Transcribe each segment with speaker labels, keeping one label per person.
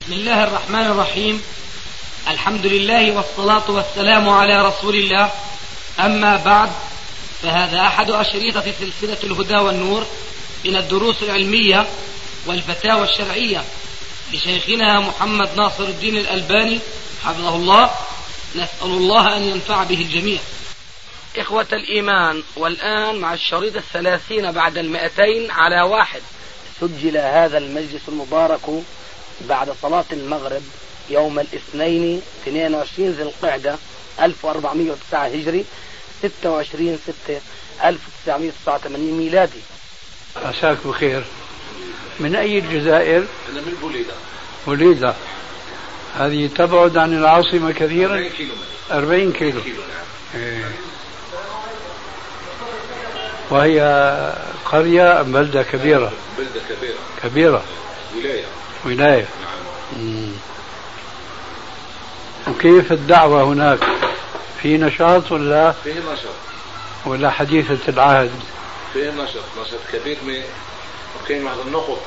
Speaker 1: بسم الله الرحمن الرحيم. الحمد لله والصلاة والسلام على رسول الله. أما بعد، فهذا أحد أشريطة سلسلة الهدى والنور من الدروس العلمية والفتاوى الشرعية لشيخنا محمد ناصر الدين الألباني حفظه الله. نسأل الله أن ينفع به الجميع. إخوة الإيمان، والآن مع الشريط 30 بعد 200 على 1. سجل هذا المجلس المبارك بعد صلاة المغرب يوم الاثنين 22 ذي القعدة 1409 هجري 26/6/1989 ميلادي.
Speaker 2: عساك بخير. من أي الجزائر؟
Speaker 3: أنا من بوليدة.
Speaker 2: بوليدة هذه تبعد عن العاصمة كثيرا؟ 40 كيلو. إيه. وهي قرية أم بلدة كبيرة؟
Speaker 3: بلدة
Speaker 2: كبيرة. ولاية.
Speaker 3: نعم.
Speaker 2: وكيف الدعوة هناك؟ في نشاط ولا؟
Speaker 3: فيه نشاط.
Speaker 2: ولا حديثة العهد؟
Speaker 3: فيه نشاط كبير وكاين واحد النقط.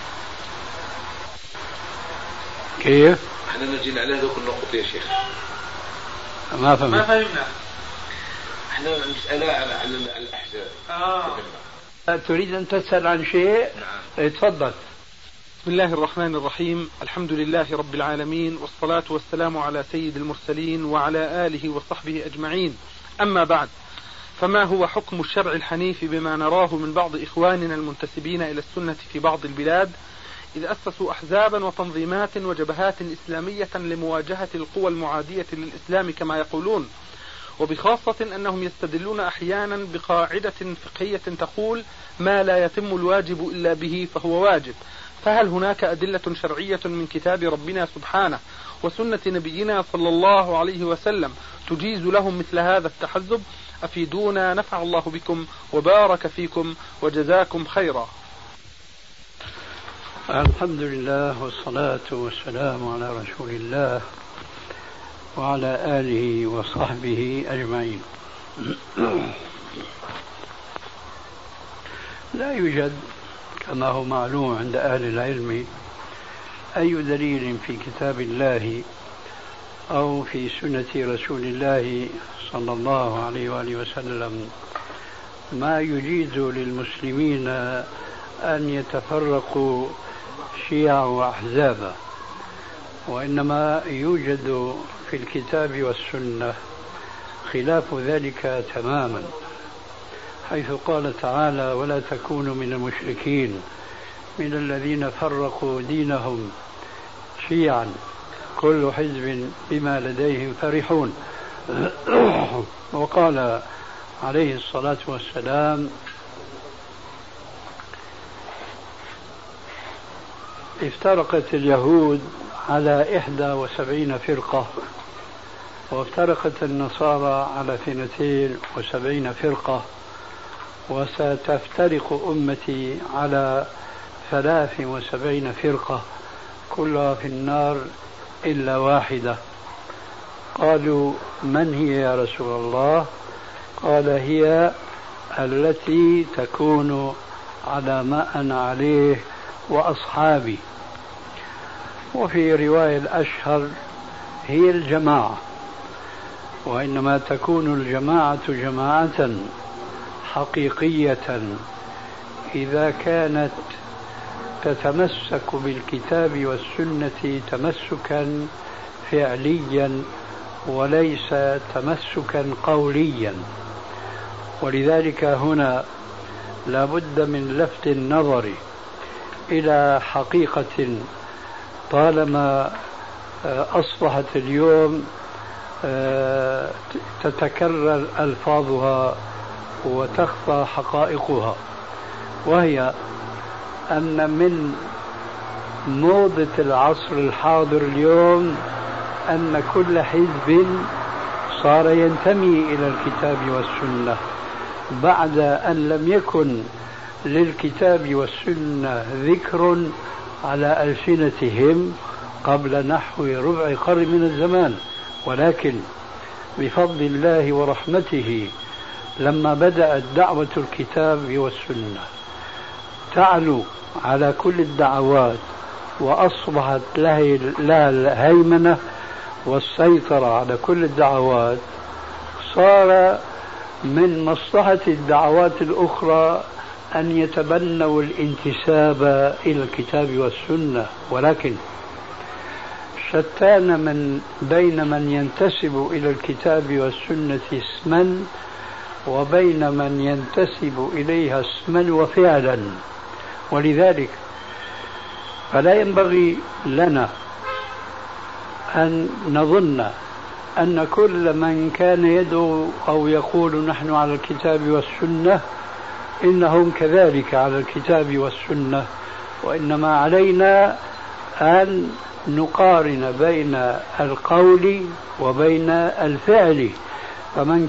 Speaker 2: كيف؟
Speaker 3: احنا نجينا على هذوك النقط يا شيخ.
Speaker 2: ما فهمنا.
Speaker 3: احنا نسأل على الأحزاب.
Speaker 2: تريد أن تسأل عن شيء؟
Speaker 3: نعم.
Speaker 2: تفضل.
Speaker 4: بسم الله الرحمن الرحيم. الحمد لله رب العالمين، والصلاة والسلام على سيد المرسلين وعلى آله وصحبه أجمعين. أما بعد، فما هو حكم الشرع الحنيف بما نراه من بعض إخواننا المنتسبين إلى السنة في بعض البلاد، إذ أسسوا أحزابا وتنظيمات وجبهات إسلامية لمواجهة القوى المعادية للإسلام كما يقولون، وبخاصة أنهم يستدلون أحيانا بقاعدة فقهية تقول ما لا يتم الواجب إلا به فهو واجب. فهل هناك أدلة شرعية من كتاب ربنا سبحانه وسنة نبينا صلى الله عليه وسلم تجيز لهم مثل هذا التحزب؟ أفيدونا نفع الله بكم وبارك فيكم وجزاكم خيرا.
Speaker 2: الحمد لله والصلاة والسلام على رسول الله وعلى آله وصحبه أجمعين. لا يوجد كما هو معلوم عند أهل العلم أي دليل في كتاب الله أو في سنة رسول الله صلى الله عليه وآله وسلم ما يجيز للمسلمين أن يتفرقوا شيعا وأحزابا، وإنما يوجد في الكتاب والسنة خلاف ذلك تماما، حيث قال تعالى ولا تكونوا من المشركين من الذين فرقوا دينهم شيعا كل حزب بما لديهم فرحون. وقال عليه الصلاة والسلام افترقت اليهود على 71 فرقة، وافترقت النصارى على 72 فرقة، وستفترق أمتي على 73 فرقة كلها في النار إلا واحدة. قالوا من هي يا رسول الله؟ قال هي التي تكون على ما أنا عليه وأصحابي. وفي رواية الأشهر هي الجماعة، وإنما تكون الجماعة جماعة حقيقية إذا كانت تتمسك بالكتاب والسنة تمسكا فعليا وليس تمسكا قوليا. ولذلك هنا لا بد من لفت النظر إلى حقيقة طالما أصبحت اليوم تتكرر ألفاظها وتخفى حقائقها، وهي أن من موضة العصر الحاضر اليوم أن كل حزب صار ينتمي إلى الكتاب والسنة بعد أن لم يكن للكتاب والسنة ذكر على ألسنتهم قبل نحو ربع قرن من الزمان. ولكن بفضل الله ورحمته لما بدأت دعوة الكتاب والسنة تعلو على كل الدعوات وأصبحت لها الهيمنة والسيطرة على كل الدعوات، صار من مصلحة الدعوات الأخرى أن يتبنوا الانتساب إلى الكتاب والسنة، ولكن شتان بين من ينتسب إلى الكتاب والسنة اسما وبين من ينتسب إليها اسما وفعلا. ولذلك فلا ينبغي لنا أن نظن أن كل من كان يدعو أو يقول نحن على الكتاب والسنة إنهم كذلك على الكتاب والسنة، وإنما علينا أن نقارن بين القول وبين الفعل، فمن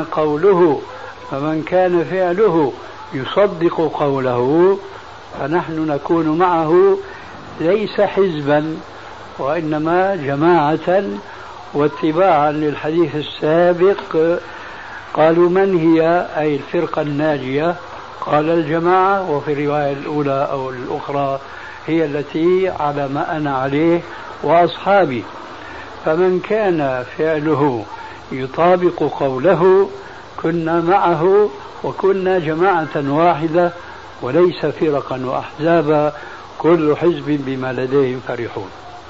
Speaker 2: كان فعله يصدق قوله فنحن نكون معه ليس حزبا وإنما جماعة واتباعا للحديث السابق. قالوا من هي أي الفرقة الناجية؟ قال الجماعة، وفي الرواية الأولى أو الأخرى هي التي على ما أنا عليه وأصحابي. فمن كان فعله يطابق قوله كنا معه وكنا جماعة واحدة وليس فرقا وأحزابا كل حزب بما لديهم فرحون.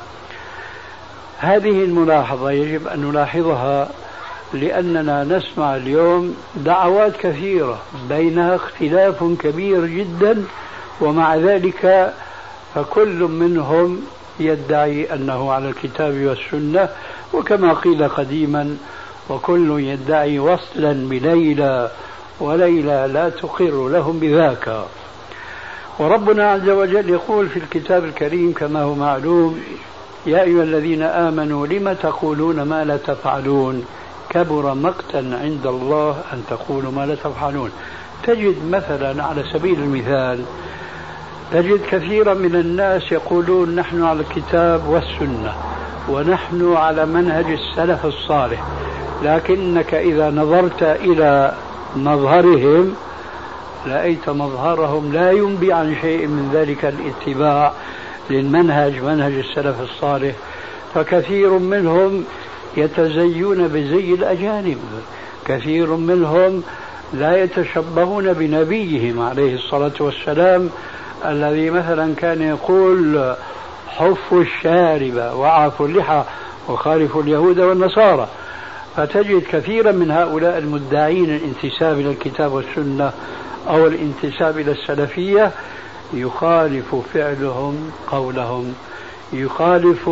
Speaker 2: هذه الملاحظة يجب أن نلاحظها، لأننا نسمع اليوم دعوات كثيرة بينها اختلاف كبير جدا، ومع ذلك فكل منهم يدعي أنه على الكتاب والسنة، وكما قيل قديما وكل يدعي وصلا بليلى وليلى لا تقر لهم بذاك. وربنا عز وجل يقول في الكتاب الكريم كما هو معلوم: يا أيها الذين آمنوا لم تقولون ما لا تفعلون كبر مقتا عند الله أن تقولوا ما لا تفعلون. تجد مثلا على سبيل المثال تجد كثيرا من الناس يقولون نحن على الكتاب والسنة ونحن على منهج السلف الصالح، لكنك إذا نظرت إلى مظهرهم رأيت مظهرهم لا ينبي عن شيء من ذلك الاتباع للمنهج، منهج السلف الصالح. فكثير منهم يتزيون بزي الأجانب، كثير منهم لا يتشبهون بنبيهم عليه الصلاة والسلام الذي مثلا كان يقول حفوا الشارب وعفوا اللحى وخالفوا اليهود والنصارى. فتجد كثيرا من هؤلاء المدعين الانتساب إلى الكتاب والسنة أو الانتساب إلى السلفية يخالف فعلهم قولهم، يخالف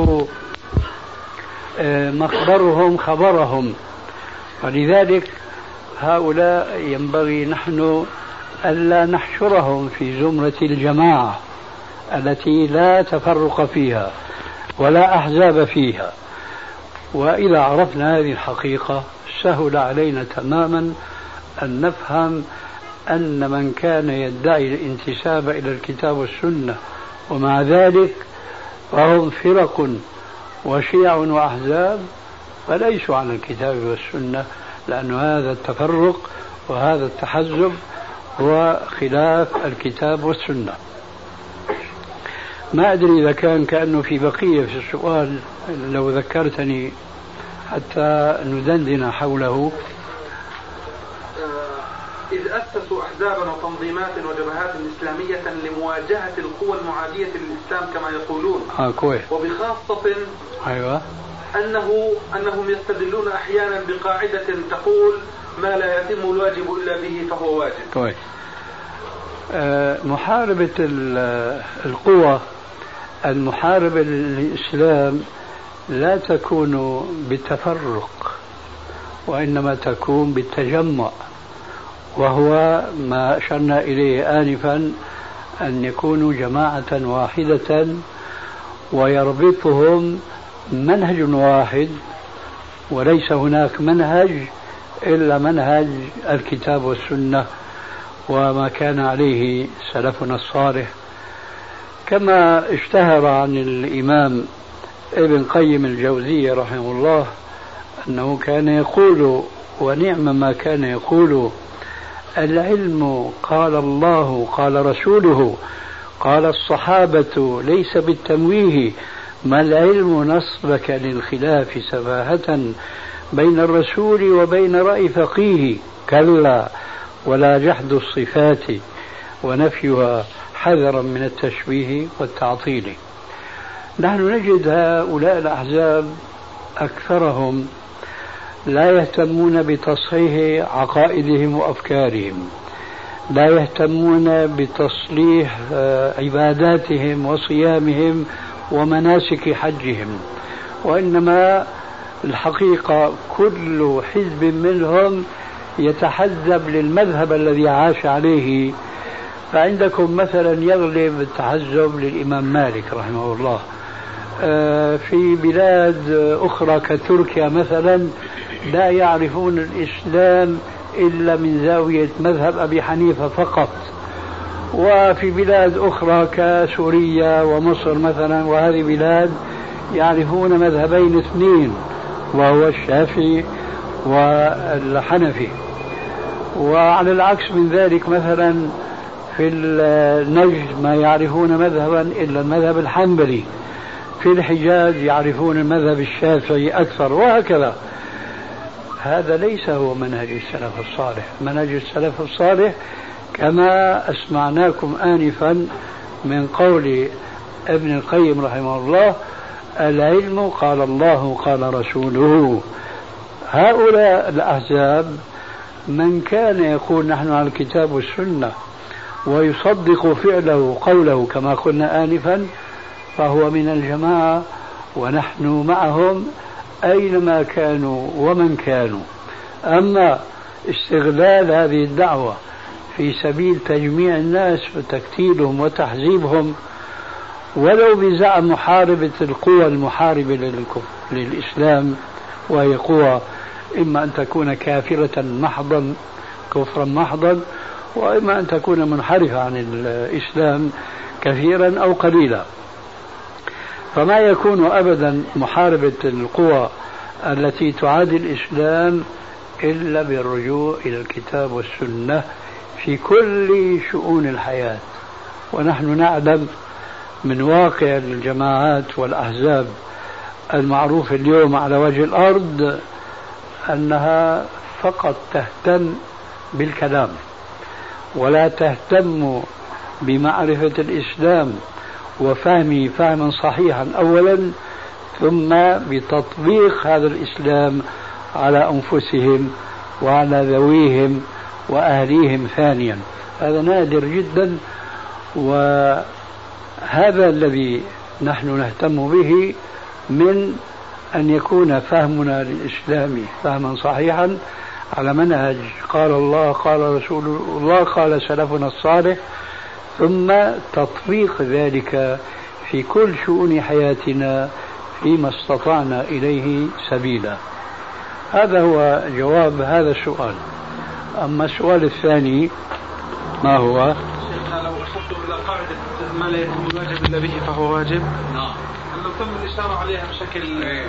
Speaker 2: مخبرهم خبرهم. ولذلك هؤلاء ينبغي نحن ألا نحشرهم في زمرة الجماعة التي لا تفرق فيها ولا أحزاب فيها. وإذا عرفنا هذه الحقيقة سهل علينا تماما أن نفهم أن من كان يدعي الانتساب إلى الكتاب والسنة ومع ذلك فهم فرق وشيع وأحزاب فليسوا على الكتاب والسنة، لأن هذا التفرق وهذا التحزب هو خلاف الكتاب والسنة. ما أدري إذا كأنه في بقية في السؤال، لو ذكرتني حتى ندندن حوله.
Speaker 4: إذ أسسوا أحزابا وتنظيمات وجبهات إسلامية لمواجهة القوى المعادية للإسلام كما يقولون،
Speaker 2: كويس.
Speaker 4: وبخاصة
Speaker 2: أيوة
Speaker 4: أنهم يستدلون أحيانا بقاعدة تقول ما لا يتم الواجب إلا به فهو واجب.
Speaker 2: كويس. محاربة القوى المحاربة للإسلام لا تكون بالتفرق وإنما تكون بالتجمع، وهو ما أشرنا إليه آنفا أن يكونوا جماعة واحدة ويربطهم منهج واحد، وليس هناك منهج إلا منهج الكتاب والسنة وما كان عليه سلفنا الصالح. كما اشتهر عن الإمام ابن قيم الجوزية رحمه الله أنه كان يقول، ونعم ما كان يقول: العلم قال الله قال رسوله قال الصحابة ليس بالتمويه ما العلم نصبك للخلاف سفاهة بين الرسول وبين رأي فقيه، كلا ولا جحد الصفات ونفيها حذرا من التشبيه والتعطيل. نحن نجد هؤلاء الأحزاب أكثرهم لا يهتمون بتصحيح عقائدهم وأفكارهم، لا يهتمون بتصليح عباداتهم وصيامهم ومناسك حجهم، وإنما الحقيقة كل حزب منهم يتحزب للمذهب الذي عاش عليه. فعندكم مثلا يغلب التحزب للإمام مالك رحمه الله، في بلاد أخرى كتركيا مثلا لا يعرفون الإسلام إلا من زاوية مذهب أبي حنيفة فقط، وفي بلاد أخرى كسوريا ومصر مثلا وهذه بلاد يعرفون مذهبين اثنين وهو الشافعي والحنفي. وعلى العكس من ذلك مثلا في النجد ما يعرفون مذهبا إلا المذهب الحنبلي، في الحجاز يعرفون المذهب الشافعي أكثر، وهكذا. هذا ليس هو منهج السلف الصالح. منهج السلف الصالح كما أسمعناكم آنفا من قول ابن القيم رحمه الله: العلم قال الله قال رسوله. هؤلاء الأحزاب من كان يقول نحن على الكتاب والسنة ويصدق فعله قوله كما قلنا آنفا فهو من الجماعة، ونحن معهم أينما كانوا ومن كانوا. أما استغلال هذه الدعوة في سبيل تجميع الناس وتكتيلهم وتحزيبهم ولو بزعم محاربة القوى المحاربة للإسلام، وهي قوى إما أن تكون كافرة محضا كفرا محضا، وإما أن تكون منحرفة عن الإسلام كثيرا أو قليلا. فما يكون أبدا محاربة القوى التي تعادي الإسلام إلا بالرجوع إلى الكتاب والسنة في كل شؤون الحياة. ونحن نعلم من واقع الجماعات والأحزاب المعروف اليوم على وجه الأرض أنها فقط تهتم بالكلام ولا تهتم بمعرفة الإسلام وفهمه فهما صحيحا أولا، ثم بتطبيق هذا الإسلام على أنفسهم وعلى ذويهم وأهليهم ثانيا. هذا نادر جدا، وهذا الذي نحن نهتم به من أن يكون فهمنا للإسلام فهما صحيحا على منهج قال الله قال رسول الله قال سلفنا الصالح، ثم تطبيق ذلك في كل شؤون حياتنا فيما استطعنا إليه سبيلا. هذا هو جواب هذا السؤال. أما السؤال الثاني ما هو؟
Speaker 4: لو وصلت إلى قاعدة ما لا يتم الواجب إلا به فهو واجب، لو تم الإشارة عليها بشكل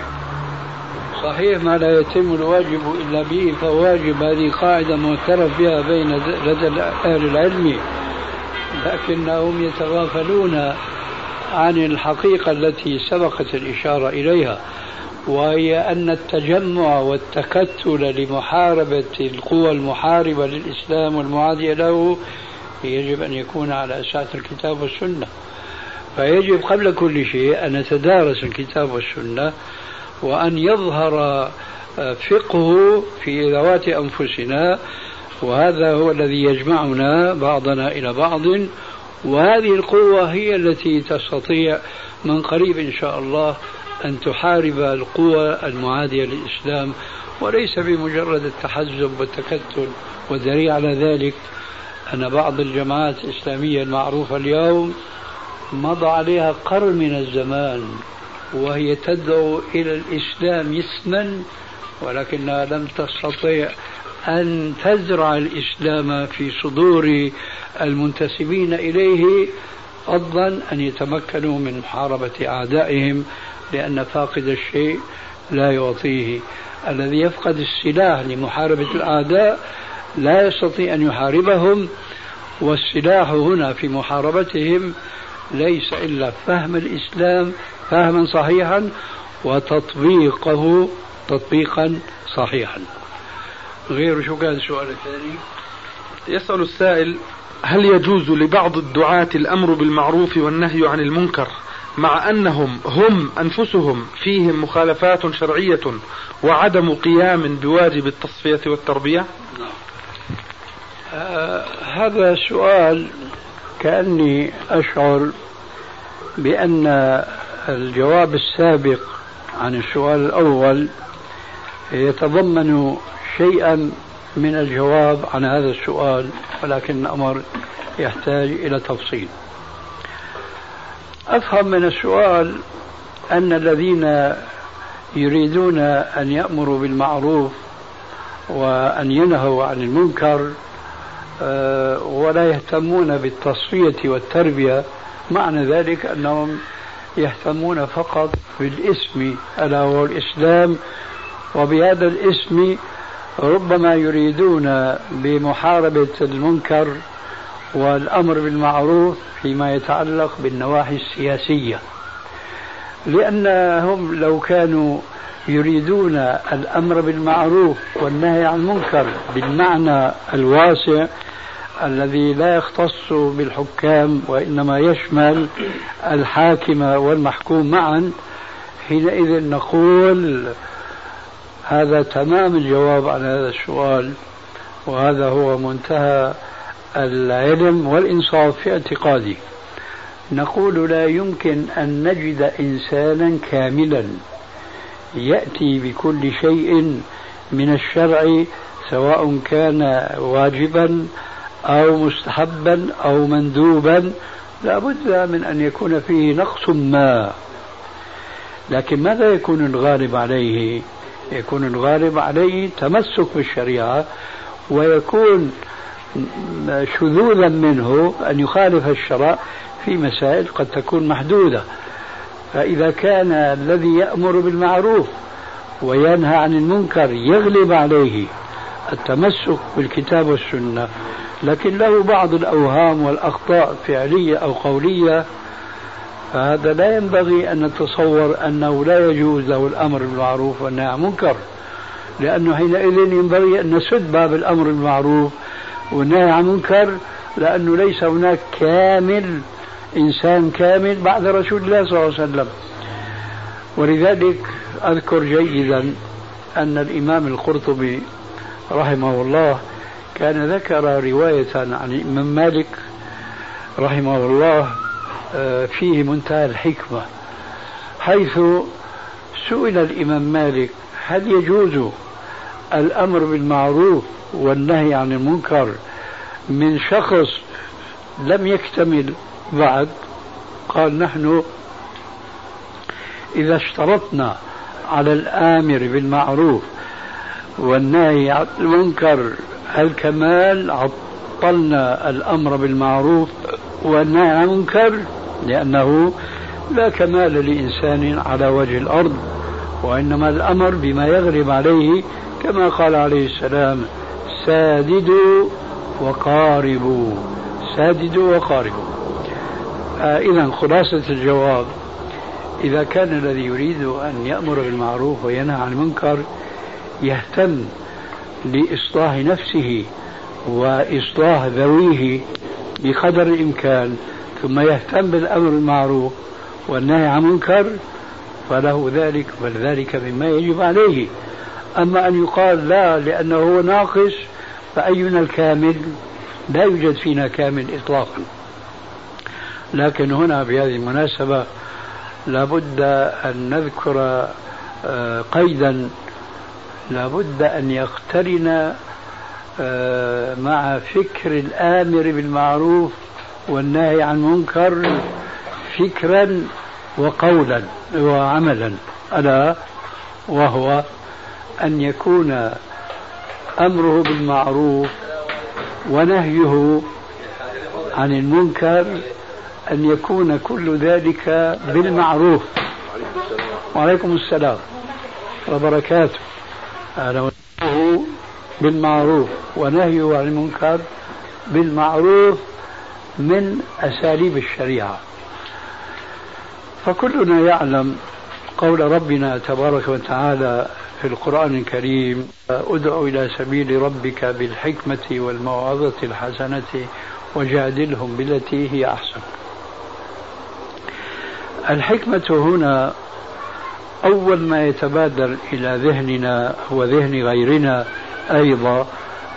Speaker 2: صحيح، ما لا يتم الواجب إلا به فهو واجب، هذه قاعدة معترف بها بين لدى أهل العلم، لكنهم يتغافلون عن الحقيقة التي سبقت الإشارة إليها، وهي أن التجمع والتكتل لمحاربة القوى المحاربة للإسلام والمعادية له يجب أن يكون على أساس الكتاب والسنة. فيجب قبل كل شيء أن نتدارس الكتاب والسنة، وأن يظهر فقه في ذوات أنفسنا، وهذا هو الذي يجمعنا بعضنا إلى بعض. وهذه القوة هي التي تستطيع من قريب إن شاء الله أن تحارب القوى المعادية للإسلام، وليس بمجرد التحزب والتكتل. والدليل على ذلك أن بعض الجماعات الإسلامية المعروفة اليوم مضى عليها قرن من الزمان وهي تدعو إلى الإسلام اسما، ولكنها لم تستطيع أن تزرع الإسلام في صدور المنتسبين إليه، فضلا أن يتمكنوا من محاربة أعدائهم، لأن فاقد الشيء لا يعطيه. الذي يفقد السلاح لمحاربة الأعداء لا يستطيع أن يحاربهم، والسلاح هنا في محاربتهم ليس إلا فهم الإسلام فهما صحيحا وتطبيقه تطبيقا صحيحا. غير شو كان السؤال الثاني؟
Speaker 4: يسأل السائل: هل يجوز لبعض الدعاة الأمر بالمعروف والنهي عن المنكر مع أنهم هم أنفسهم فيهم مخالفات شرعية وعدم قيام بواجب التصفية والتربية؟
Speaker 2: هذا السؤال كأني أشعر بأن الجواب السابق عن السؤال الأول يتضمن شيئا من الجواب عن هذا السؤال، ولكن الأمر يحتاج إلى تفصيل. أفهم من السؤال أن الذين يريدون أن يأمروا بالمعروف وأن ينهوا عن المنكر ولا يهتمون بالتصفية والتربية، معنى ذلك أنهم يهتمون فقط بالاسم ألا هو الإسلام، وبهذا الاسم ربما يريدون بمحاربة المنكر والأمر بالمعروف فيما يتعلق بالنواحي السياسية، لأنهم لو كانوا يريدون الأمر بالمعروف والنهي عن المنكر بالمعنى الواسع الذي لا يختص بالحكام وإنما يشمل الحاكم والمحكوم معا، حينئذ نقول هذا تمام الجواب عن هذا السؤال، وهذا هو منتهى العلم والإنصاف في اعتقادي. نقول لا يمكن أن نجد إنسانا كاملا يأتي بكل شيء من الشرع سواء كان واجبا أو مستحبا أو مندوبا، لا بد من أن يكون فيه نقص ما. لكن ماذا يكون الغالب عليه؟ يكون الغالب عليه تمسك بالشريعة، ويكون شذوذا منه أن يخالف الشرع في مسائل قد تكون محدودة. فإذا كان الذي يأمر بالمعروف وينهى عن المنكر يغلب عليه التمسك بالكتاب والسنة، لكن له بعض الأوهام والأخطاء فعلية أو قولية، فهذا لا ينبغي أن نتصور أنه لا يجوز له الأمر بالمعروف والنهي عن المنكر، لأنه حينئذ ينبغي أن نسد باب الأمر بالمعروف والنهي عن المنكر، لأنه ليس هناك كامل إنسان كامل بعد رسول الله صلى الله عليه وسلم. ولذلك أذكر جيدا أن الإمام القرطبي رحمه الله كان ذكر رواية عن الإمام مالك رحمه الله فيه منتهى الحكمة، حيث سئل الإمام مالك: هل يجوز الأمر بالمعروف والنهي عن المنكر من شخص لم يكتمل بعد؟ قال: نحن إذا اشترطنا على الآمر بالمعروف والنهي عن المنكر الكمال عطلنا الأمر بالمعروف والنهي عن المنكر، لأنه لا كمال لإنسان على وجه الأرض، وإنما الأمر بما يغلب عليه، كما قال عليه السلام: ساددوا وقاربوا، ساددوا وقاربوا. إذن خلاصة الجواب: إذا كان الذي يريد أن يأمر بالمعروف وينهى عن المنكر يهتم لإصلاح نفسه وإصلاح ذويه بقدر الإمكان، ثم يهتم بالأمر بالمعروف والنهي عن المنكر، فله ذلك، بل ذلك مما يجب عليه. أما أن يقال لا لأنه هو ناقص، فأينا الكامل؟ لا يوجد فينا كامل إطلاقا. لكن هنا بهذه المناسبة لابد أن نذكر قيدا لابد أن يقترن مع فكر الآمر بالمعروف والنهي عن المنكر فكرا وقولا وعملا، ألا وهو أن يكون أمره بالمعروف ونهيه عن المنكر أن يكون كل ذلك بالمعروف. وعليكم السلام وبركاته. أمره بالمعروف ونهيه عن المنكر بالمعروف من أساليب الشريعة. فكلنا يعلم قول ربنا تبارك وتعالى في القرآن الكريم: ادع إلى سبيل ربك بالحكمة والموعظة الحسنة وجادلهم بالتي هي أحسن. الحكمة هنا أول ما يتبادر إلى ذهننا وذهن غيرنا أيضا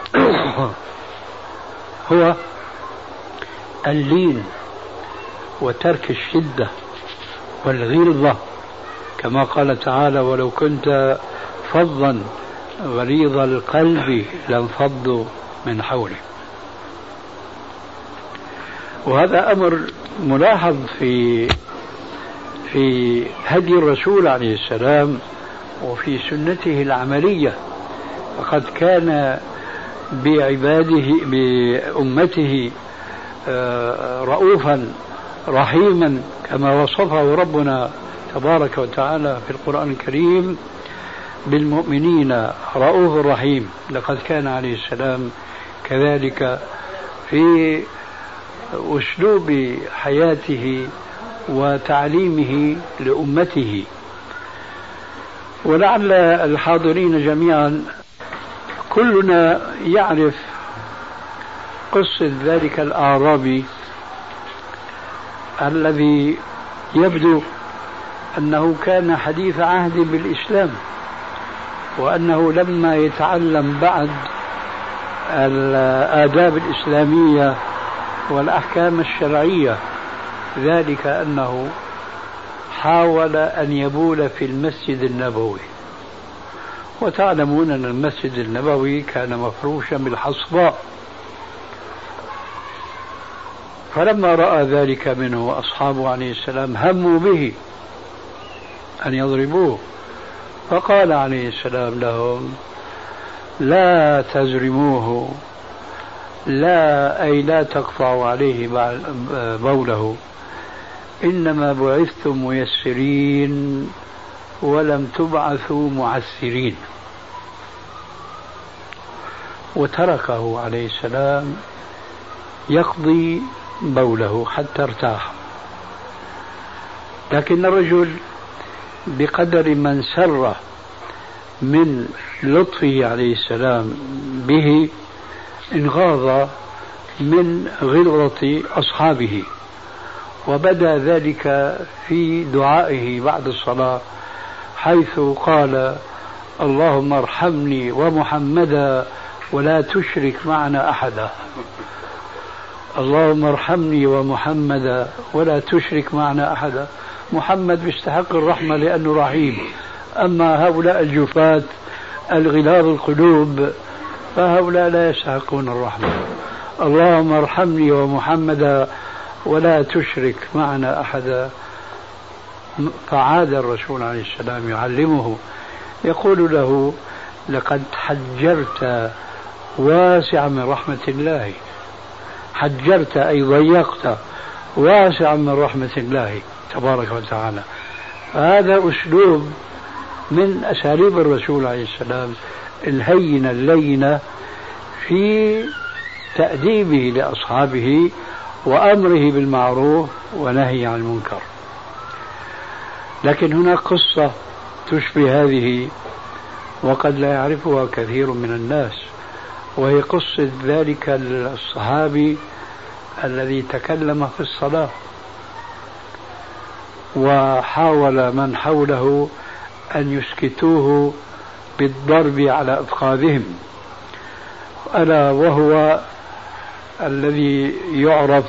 Speaker 2: هو اللين وترك الشدة والغلظة، كما قال تعالى: ولو كنت فظا غليظ القلب لانفضوا من حولك. وهذا أمر ملاحظ في هدي الرسول عليه السلام وفي سنته العملية، فقد كان بعباده بأمته رؤوفا رحيما كما وصفه ربنا تبارك وتعالى في القرآن الكريم: بالمؤمنين رؤوف رحيم. لقد كان عليه السلام كذلك في أسلوب حياته وتعليمه لأمته. ولعل الحاضرين جميعا كلنا يعرف قصة ذلك الأعرابي الذي يبدو أنه كان حديث عهد بالإسلام، وأنه لما يتعلم بعد الآداب الإسلامية والأحكام الشرعية ذلك أنه حاول أن يبول في المسجد النبوي. وتعلمون أن المسجد النبوي كان مفروشا بالحصباء، فلما رأى ذلك منه أصحابه عليه السلام هموا به أن يضربوه، فقال عليه السلام لهم: لا تزرموه، لا تقطعوا عليه بوله، إنما بعثتم ميسرين ولم تبعثوا معسرين. وتركه عليه السلام يقضي بوله حتى ارتاح. لكن الرجل بقدر من سر من لطفه عليه السلام به انغاض من غلظة أصحابه، وبدا ذلك في دعائه بعد الصلاة، حيث قال: اللهم ارحمني ومحمدا ولا تشرك معنا أحدا. اللهم ارحمني ومحمدا ولا تشرك معنا أحدا. محمد بيستحق الرحمة لأنه رحيم، أما هؤلاء الجفاة الغلاظ القلوب فهؤلاء لا يستحقون الرحمة. اللهم ارحمني ومحمدا ولا تشرك معنا أحدا. فعاد الرسول عليه السلام يعلمه، يقول له: لقد حجرت واسعا من رحمة الله. حجرت أي ضيقت واسعا من رحمة الله تبارك وتعالى. هذا أسلوب من أساليب الرسول عليه السلام الهينة اللينة في تأديبه لأصحابه وأمره بالمعروف ونهي عن المنكر. لكن هناك قصة تشبه هذه وقد لا يعرفها كثير من الناس، وهي قصة ذلك الصحابي الذي تكلم في الصلاة وحاول من حوله أن يسكتوه بالضرب على أفخاذهم، ألا وهو الذي يعرف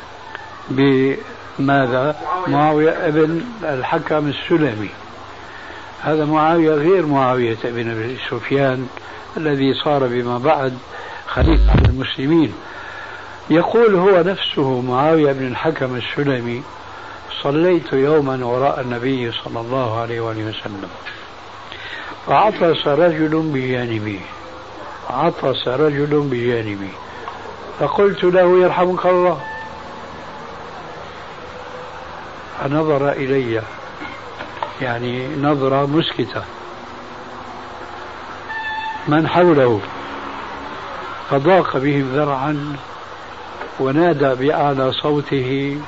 Speaker 2: بماذا؟ معاوية ابن الحكم السلمي. هذا معاوية غير معاوية ابن أبي سفيان الذي صار بما بعد خليفة على المسلمين. يقول هو نفسه معاوية بن الحكم السلمي: صليت يوما وراء النبي صلى الله عليه وآله وسلم، فعطس رجل بجانبي، فقلت له: يرحمك الله. فنظر إلي يعني نظرة مسكتة. من حوله فضاق بهم ذرعا ونادى بأعلى صوته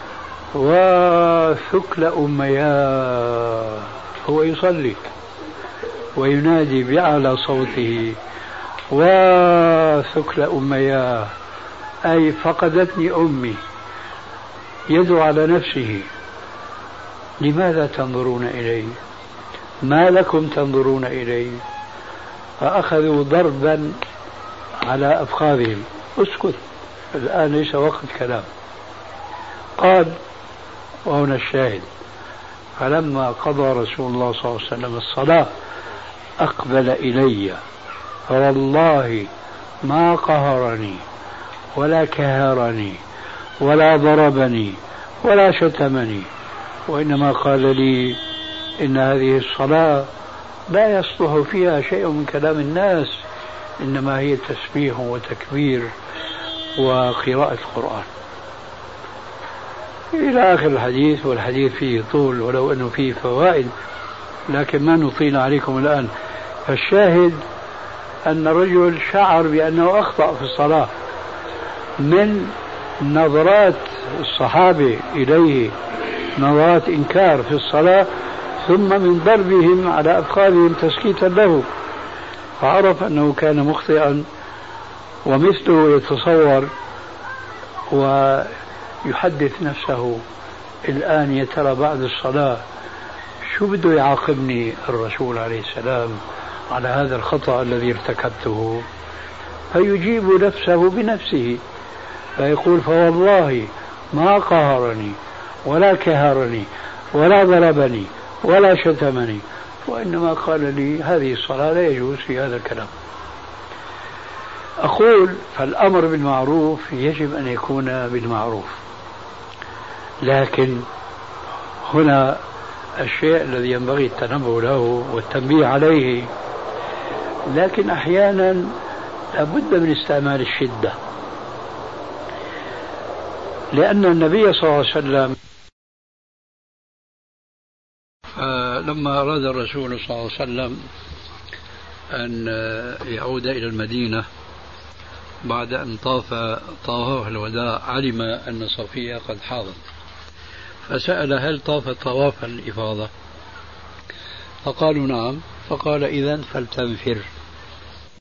Speaker 2: وثكل أمياه، هو يصلي وينادي بأعلى صوته وثكل أمياه، أي فقدتني أمي، يدعو على نفسه. لماذا تنظرون إلي؟ ما لكم تنظرون إلي؟ فأخذوا ضربا على أفخاذهم. اسكت، الآن ليس وقت كلام. قال، وهنا الشاهد: فلما قضى رسول الله صلى الله عليه وسلم الصلاة أقبل إلي، فوالله ما قهرني ولا كهرني ولا ضربني ولا شتمني، وإنما قال لي: إن هذه الصلاة لا يصلح فيها شيء من كلام الناس، إنما هي تسبيح وتكبير وقراءة القرآن، إلى آخر الحديث. والحديث فيه طول ولو أنه فيه فوائد، لكن ما نطيل عليكم الآن. فالشاهد أن الرجل شعر بأنه أخطأ في الصلاة من نظرات الصحابة إليه، نظرات إنكار في الصلاة، ثم من ضربهم على أفخاذهم تسكيتا له، فعرف أنه كان مخطئا. ومثله يتصور ويحدث نفسه الآن: يا ترى بعد الصلاة شو بده يعاقبني الرسول عليه السلام على هذا الخطأ الذي ارتكبته؟ فيجيب نفسه بنفسه فيقول: فوالله ما قهرني ولا كهرني ولا ضربني ولا شتمني، وإنما قال لي هذه الصلاة لا يجوز في هذا الكلام. أقول: فالأمر بالمعروف يجب أن يكون بالمعروف، لكن هنا الشيء الذي ينبغي التنبه له والتنبيه عليه، لكن أحيانا لابد من استعمال الشدة، لأن النبي صلى الله عليه وسلم لما أراد الرسول صلى الله عليه وسلم أن يعود إلى المدينة بعد أن طاف الوداع، علم أن صفية قد حاضت، فسأل: هل طاف طواف الإفاضة؟ فقالوا: نعم. فقال: إذن فلتنفر،